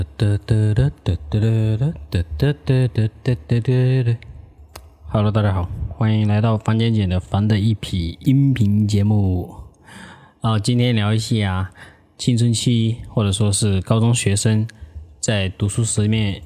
Hello， 大家好，欢迎来到房间姐的房的一匹音频节目。今天聊一下青春期或者说是高中学生在读书时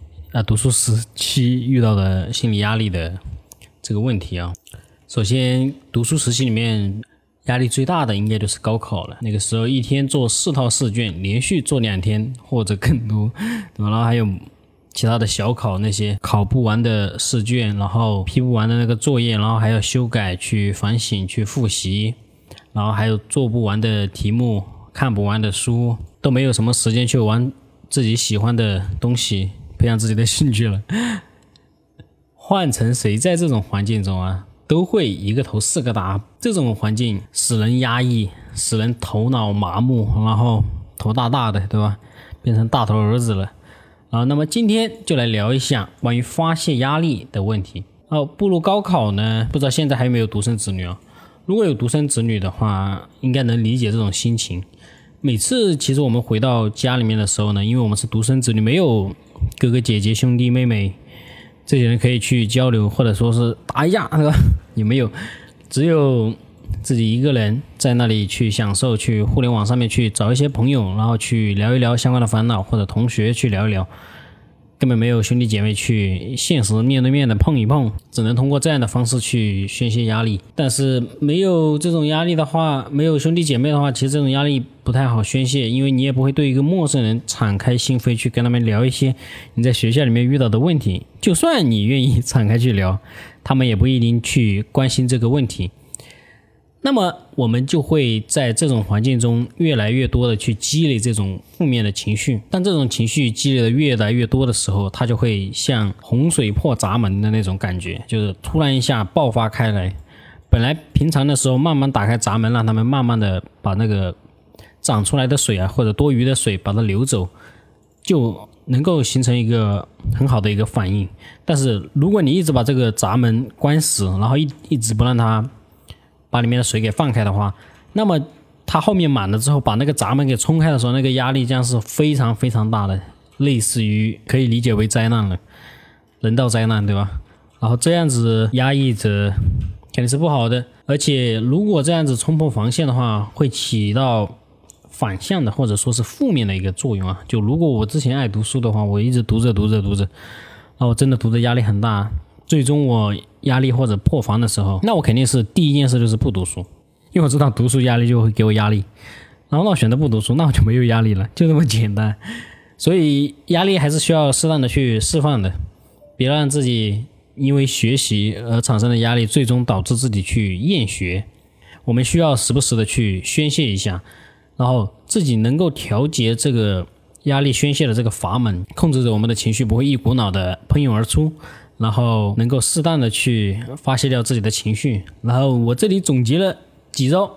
期遇到的心理压力的这个问题啊。首先，读书时期里面压力最大的应该就是高考了。那个时候一天做4套试卷，连续做2天或者更多，对吧？然后还有其他的小考，那些考不完的试卷，然后批不完的那个作业，然后还要修改、去反省、去复习，然后还有做不完的题目、看不完的书，都没有什么时间去玩自己喜欢的东西，培养自己的兴趣了。换成谁在这种环境中啊，都会一个头4个大。这种环境使人压抑，使人头脑麻木，然后头大大的，对吧？变成大头儿子了。那么今天就来聊一下关于发泄压力的问题。步入高考呢，不知道现在还有没有独生子女啊？如果有独生子女的话，应该能理解这种心情。每次其实我们回到家里面的时候呢，因为我们是独生子女，没有哥哥姐姐兄弟妹妹这些人可以去交流，或者说是打一架，是吧？也没有，只有自己一个人在那里去享受，去互联网上面去找一些朋友，然后去聊一聊相关的烦恼，或者同学去聊一聊，根本没有兄弟姐妹去现实面对面的碰一碰，只能通过这样的方式去宣泄压力。但是没有这种压力的话，没有兄弟姐妹的话，其实这种压力不太好宣泄，因为你也不会对一个陌生人敞开心扉去跟他们聊一些你在学校里面遇到的问题。就算你愿意敞开去聊，他们也不一定去关心这个问题。那么我们就会在这种环境中越来越多的去积累这种负面的情绪。当这种情绪积累的越来越多的时候，它就会像洪水破闸门的那种感觉，就是突然一下爆发开来。本来平常的时候慢慢打开闸门，让他们慢慢的把那个长出来的水或者多余的水把它流走，就能够形成一个很好的一个反应。但是如果你一直把这个闸门关死，然后一直不让它把里面的水给放开的话，那么它后面满了之后，把那个闸门给冲开的时候，那个压力将是非常非常大的，类似于可以理解为灾难了，人道灾难，对吧？然后这样子压抑着肯定是不好的，而且如果这样子冲破防线的话，会起到反向的或者说是负面的一个作用啊。就如果我之前爱读书的话，我一直读着，然后真的读着压力很大，最终我压力或者破防的时候，那我肯定是第一件事就是不读书，因为我知道读书压力就会给我压力，然后那我选择不读书，那我就没有压力了，就这么简单。所以压力还是需要适当的去释放的，别让自己因为学习而产生的压力最终导致自己去厌学。我们需要时不时的去宣泄一下，然后自己能够调节这个压力宣泄的这个阀门，控制着我们的情绪不会一股脑的喷涌而出，然后能够适当的去发泄掉自己的情绪。然后我这里总结了几招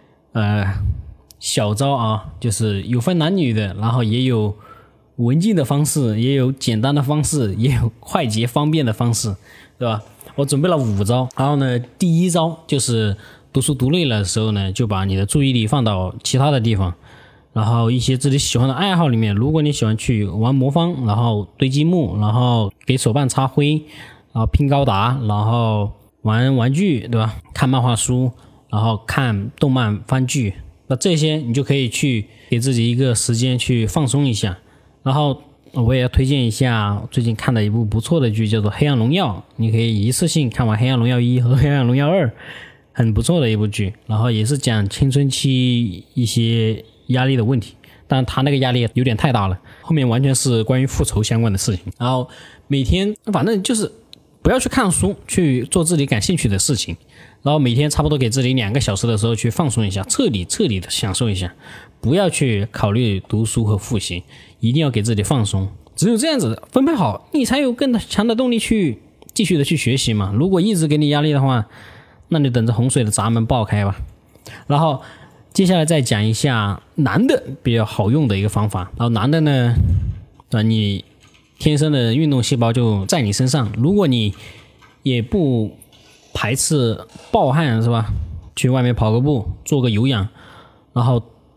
小招啊，就是有分男女的，然后也有文静的方式，也有简单的方式，也有快捷方便的方式，对吧？我准备了5招。然后呢，第一招就是读书读累了的时候呢，就把你的注意力放到其他的地方，然后一些自己喜欢的爱好里面。如果你喜欢去玩魔方，然后堆积木，然后给手办擦灰，然后拼高达，然后玩玩具，对吧？看漫画书，然后看动漫番剧，那这些你就可以去给自己一个时间去放松一下。然后我也要推荐一下最近看的一部不错的剧，叫做《黑暗荣耀》，你可以一次性看完《黑暗荣耀1》和《黑暗荣耀2》，很不错的一部剧。然后也是讲青春期一些压力的问题，但他那个压力有点太大了，后面完全是关于复仇相关的事情。然后每天反正就是不要去看书，去做自己感兴趣的事情，然后每天差不多给自己2个小时的时候去放松一下，彻底的享受一下，不要去考虑读书和复习，一定要给自己放松。只有这样子分配好，你才有更强的动力去继续的去学习嘛。如果一直给你压力的话，那你等着洪水的闸门爆开吧。然后接下来再讲一下男的比较好用的一个方法。然后男的呢，你天生的运动细胞就在你身上，如果你也不排斥暴汗，是吧？去外面跑个步，做个有氧，然后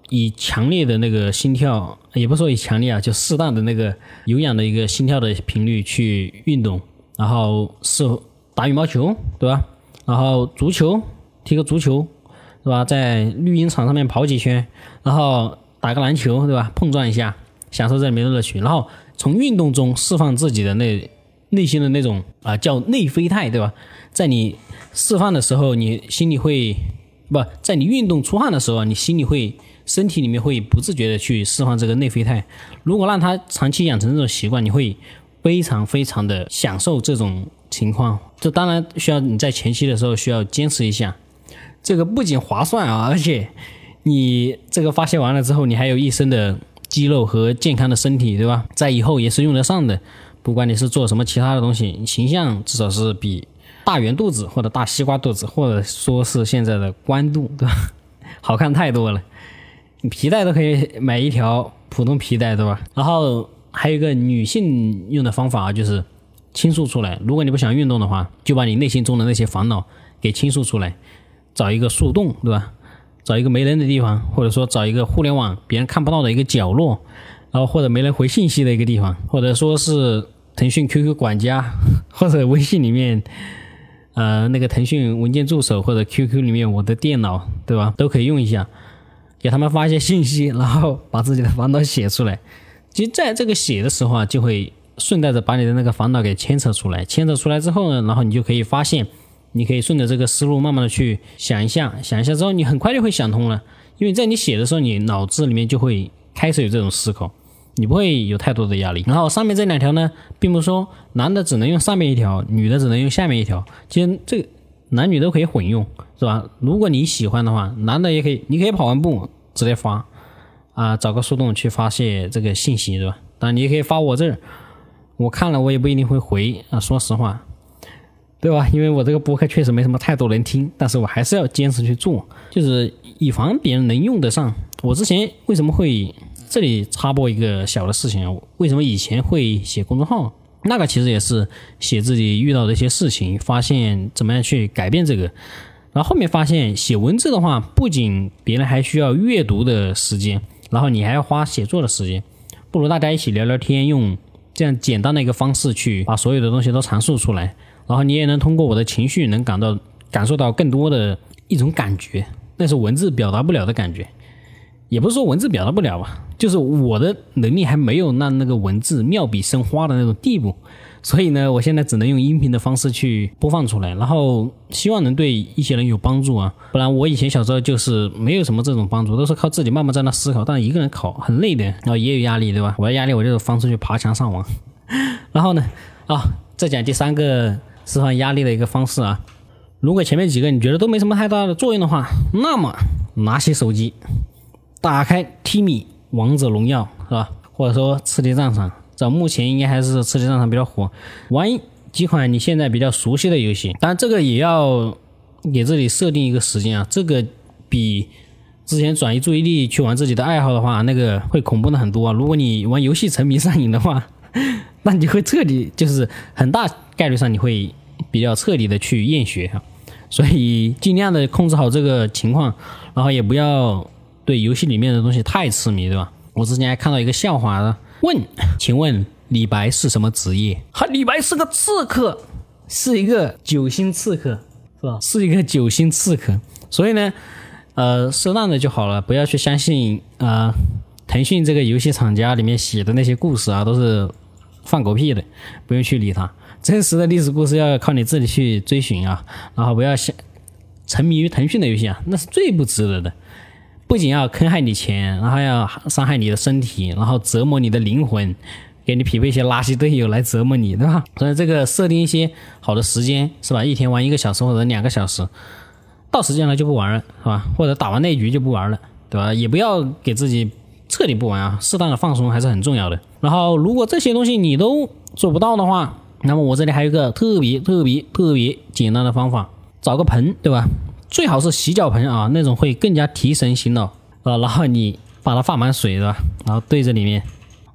以强烈的那个心跳，也不说以强烈啊，就适当的那个有氧的一个心跳的频率去运动，然后是打羽毛球，对吧？然后足球，踢个足球，对吧？在绿茵场上面跑几圈，然后打个篮球，对吧？碰撞一下，享受这里面的乐趣，然后从运动中释放自己的内心的那种叫内啡肽，对吧？在你释放的时候，你心里会在你运动出汗的时候，你心里会身体里面会不自觉的去释放这个内啡肽。如果让它长期养成这种习惯，你会非常非常的享受这种情况。这当然需要你在前期的时候需要坚持一下，这个不仅划算啊，而且你这个发泄完了之后，你还有一身的肌肉和健康的身体，对吧？在以后也是用得上的。不管你是做什么其他的东西，形象至少是比大圆肚子或者大西瓜肚子，或者说是现在的关肚，对吧？好看太多了。皮带都可以买一条普通皮带，对吧？然后还有一个女性用的方法就是倾诉出来。如果你不想运动的话，就把你内心中的那些烦恼给倾诉出来，找一个树洞，对吧？找一个没人的地方，或者说找一个互联网别人看不到的一个角落，然后或者没人回信息的一个地方，或者说是腾讯 QQ 管家，或者微信里面那个腾讯文件助手，或者 QQ 里面我的电脑，对吧？都可以用一下，给他们发一些信息，然后把自己的烦恼写出来。其实在这个写的时候就会顺带着把你的那个烦恼给牵扯出来，牵扯出来之后呢，然后你就可以发现，你可以顺着这个思路慢慢的去想一下之后，你很快就会想通了。因为在你写的时候，你脑子里面就会开始有这种思考，你不会有太多的压力。然后上面这两条呢，并不是说男的只能用上面一条，女的只能用下面一条，其实这个男女都可以混用，是吧？如果你喜欢的话，男的也可以，你可以跑完步直接发找个树洞去发泄这个信息，对吧？当然你也可以发我这儿，我看了我也不一定会回说实话，对吧？因为我这个播客确实没什么太多人听，但是我还是要坚持去做，就是以防别人能用得上。我之前为什么会这里插播一个小的事情为什么以前会写公众号？那个其实也是写自己遇到的一些事情，发现怎么样去改变这个。然后后面发现写文字的话，不仅别人还需要阅读的时间，然后你还要花写作的时间，不如大家一起聊聊天，用这样简单的一个方式去把所有的东西都阐述出来，然后你也能通过我的情绪能感受到更多的一种感觉，那是文字表达不了的感觉。也不是说文字表达不了吧，就是我的能力还没有让那个文字妙笔生花的那种地步，所以呢，我现在只能用音频的方式去播放出来，然后希望能对一些人有帮助不然我以前小时候就是没有什么这种帮助，都是靠自己慢慢在那思考，但一个人考很累的，然后也有压力，对吧？我的压力我就放出去爬墙上网。然后呢再讲第三个释放压力的一个方式如果前面几个你觉得都没什么太大的作用的话，那么拿起手机打开 Timi 王者荣耀，是吧？或者说刺激战场，在目前应该还是刺激战场比较火，玩几款你现在比较熟悉的游戏。当然这个也要给自己设定一个时间这个比之前转移注意力去玩自己的爱好的话，那个会恐怖的很多如果你玩游戏沉迷上瘾的话，那你会彻底，就是很大概率上你会比较彻底的去厌学所以尽量的控制好这个情况，然后也不要对游戏里面的东西太痴迷，对吧？我之前还看到一个笑话请问李白是什么职业？李白是个刺客，是一个9星刺客，是吧？是一个9星刺客。所以呢适当的就好了，不要去相信腾讯这个游戏厂家里面写的那些故事都是放狗屁的，不用去理它。真实的历史故事要靠你自己去追寻然后不要沉迷于腾讯的游戏那是最不值得的。不仅要坑害你钱，然后要伤害你的身体，然后折磨你的灵魂，给你匹配一些垃圾队友来折磨你，对吧？所以这个设定一些好的时间，是吧？一天玩1个小时或者2个小时，到时间了就不玩了，是吧？或者打完那局就不玩了，对吧？也不要给自己彻底不玩适当的放松还是很重要的。然后如果这些东西你都做不到的话，那么我这里还有一个特别简单的方法，找个盆，对吧？最好是洗脚盆那种会更加提神醒脑然后你把它放满水，对吧？然后对着里面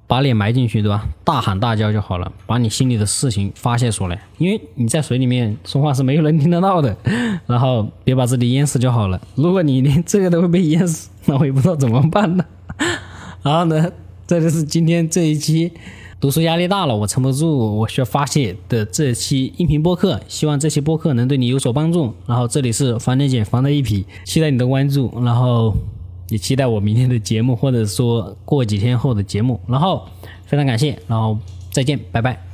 把脸埋进去，对吧？大喊大叫就好了，把你心里的事情发泄出来。因为你在水里面说话是没有人听得到的，然后别把自己淹死就好了。如果你连这个都会被淹死，那我也不知道怎么办呢。然后呢，这就是今天这一期读书压力大了，我撑不住，我需要发泄的这期音频播客，希望这期播客能对你有所帮助。然后这里是防点减防的一匹，期待你的关注，然后也期待我明天的节目，或者说过几天后的节目。然后非常感谢，然后再见，拜拜。